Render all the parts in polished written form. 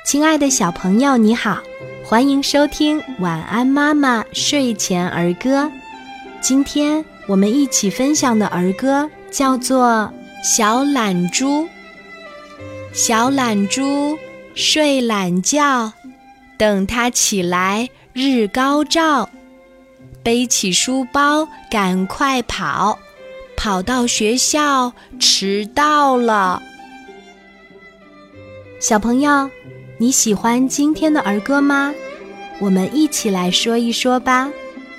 亲爱的小朋友你好，欢迎收听晚安妈妈睡前儿歌。今天我们一起分享的儿歌叫做小懒猪。小懒猪睡懒觉，等它起来日高照，背起书包赶快跑，跑到学校迟到了。小朋友，你喜欢今天的儿歌吗？我们一起来说一说吧。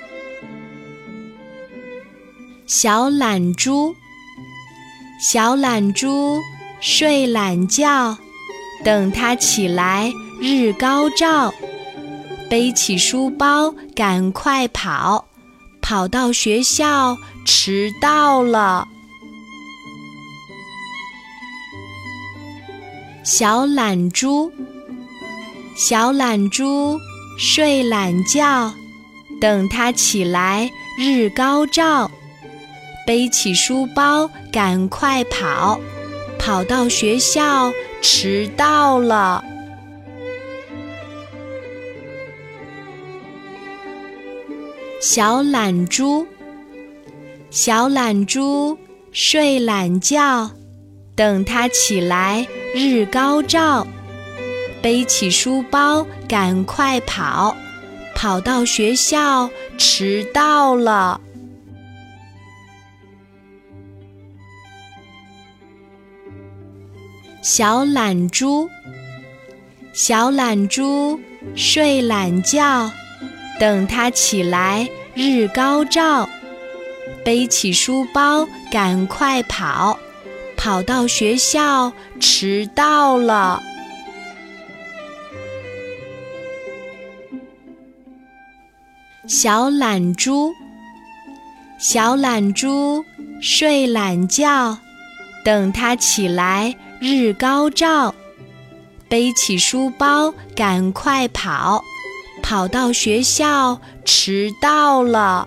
小懒猪，小懒猪睡懒觉，等它起来日高照，背起书包赶快跑，跑到学校迟到了。小懒猪，小懒猪睡懒觉，等它起来日高照，背起书包赶快跑，跑到学校迟到了。小懒猪，小懒猪睡懒觉，等它起来日高照，背起书包赶快跑，跑到学校迟到了。小懒猪，小懒猪睡懒觉，等它起来日高照，背起书包赶快跑，跑到学校迟到了。小懒猪，小懒猪睡懒觉，等它起来日高照，背起书包赶快跑，跑到学校迟到了。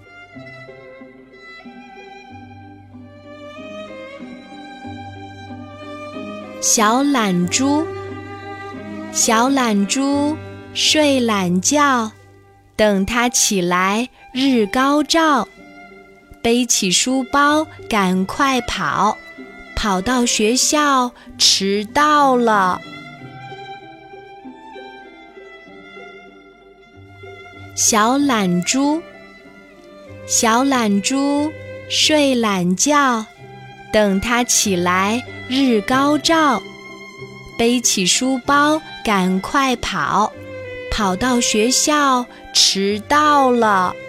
小懒猪，小懒猪睡懒觉，等它起来日高照，背起书包赶快跑，跑到学校迟到了。小懒猪，小懒猪睡懒觉，等它起来日高照，背起书包赶快跑，跑到学校迟到了。